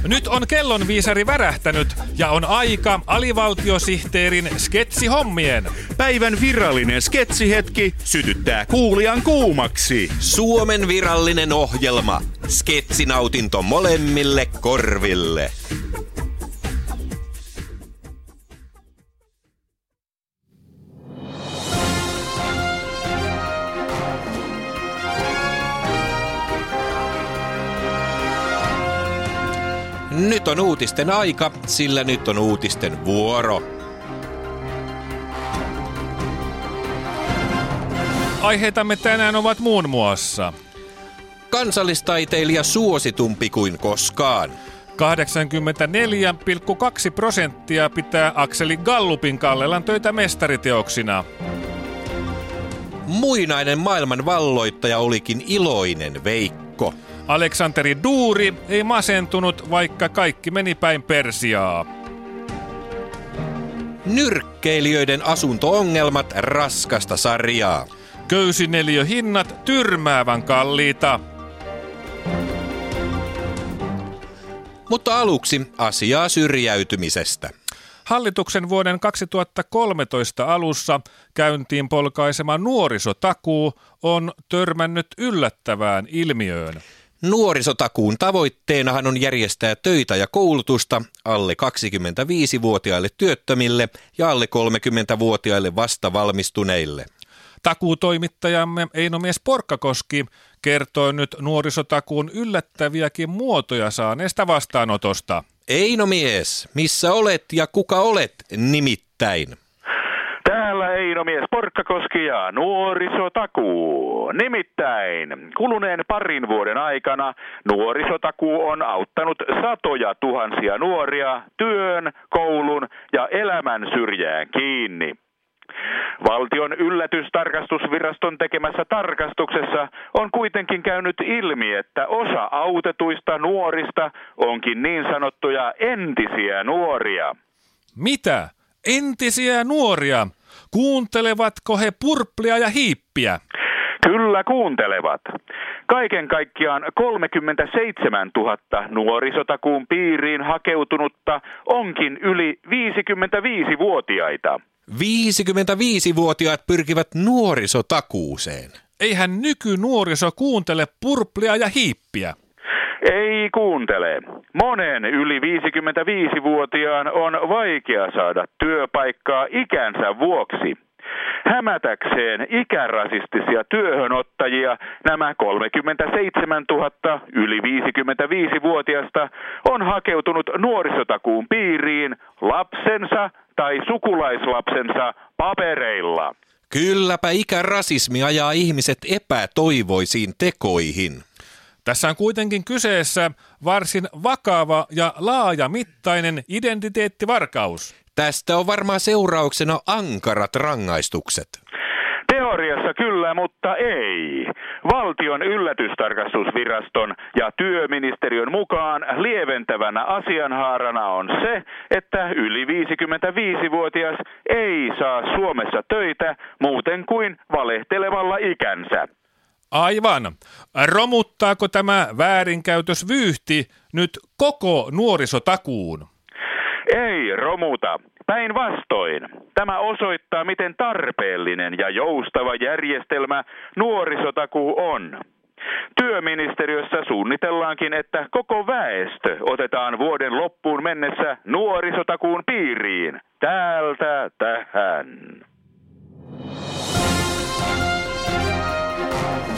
Nyt on kellonviisari värähtänyt ja on aika alivaltiosihteerin sketsihommien. Päivän virallinen sketsihetki sytyttää kuulijan kuumaksi. Suomen virallinen ohjelma. Sketsinautinto molemmille korville. Nyt on uutisten aika, sillä nyt on uutisten vuoro. Aiheitamme tänään ovat muun muassa: Kansallistaiteilija suositumpi kuin koskaan. 84,2% pitää Akseli Gallupin Kallelan töitä mestariteoksina. Muinainen maailman valloittaja olikin iloinen Veikko. Aleksanteri Duuri ei masentunut, vaikka kaikki meni päin Persiaa. Nyrkkeilijöiden asunto-ongelmat raskasta sarjaa. Köysineliöhinnat tyrmäävän kalliita. Mutta aluksi asiaa syrjäytymisestä. Hallituksen vuoden 2013 alussa käyntiin polkaisema nuorisotakuu on törmännyt yllättävään ilmiöön. Nuorisotakuun tavoitteenahan on järjestää töitä ja koulutusta alle 25-vuotiaille työttömille ja alle 30-vuotiaille vastavalmistuneille. Takuutoimittajamme Eino-mies Porkkakoski kertoo nyt nuorisotakuun yllättäviäkin muotoja saaneesta vastaanotosta. Eino-mies, missä olet ja kuka olet nimittäin? Täällä Eino-mies Porkkakoski ja nuorisotakuu. Nimittäin kuluneen parin vuoden aikana nuorisotakuu on auttanut satoja tuhansia nuoria työn, koulun ja elämän syrjään kiinni. Valtion yllätystarkastusviraston tekemässä tarkastuksessa on kuitenkin käynyt ilmi, että osa autetuista nuorista onkin niin sanottuja entisiä nuoria. Mitä? Entisiä nuoria? Kuuntelevatko he purplia ja hiippiä? Kyllä kuuntelevat. Kaiken kaikkiaan 37 000 nuorisotakuun piiriin hakeutunutta onkin yli 55-vuotiaita. 55-vuotiaat pyrkivät nuorisotakuuseen. Eihän nykynuoriso kuuntele purplia ja hiippiä. Ei kuuntele. Monen yli 55-vuotiaan on vaikea saada työpaikkaa ikänsä vuoksi. Hämätäkseen ikärasistisia työhönottajia nämä 37 000 yli 55-vuotiaista on hakeutunut nuorisotakuun piiriin lapsensa tai sukulaislapsensa papereilla. Kylläpä ikärasismi ajaa ihmiset epätoivoisiin tekoihin. Tässä on kuitenkin kyseessä varsin vakava ja laajamittainen identiteettivarkaus. Tästä on varmaan seurauksena ankarat rangaistukset. Teoriassa kyllä, mutta ei. Valtion yllätystarkastusviraston ja työministeriön mukaan lieventävänä asianhaarana on se, että yli 55-vuotias ei saa Suomessa töitä muuten kuin valehtelevalla ikänsä. Aivan. Romuttaako tämä väärinkäytösvyyhti nyt koko nuorisotakuun? Ei romuta. Päinvastoin. Tämä osoittaa, miten tarpeellinen ja joustava järjestelmä nuorisotakuu on. Työministeriössä suunnitellaankin, että koko väestö otetaan vuoden loppuun mennessä nuorisotakuun piiriin. Täältä tähän.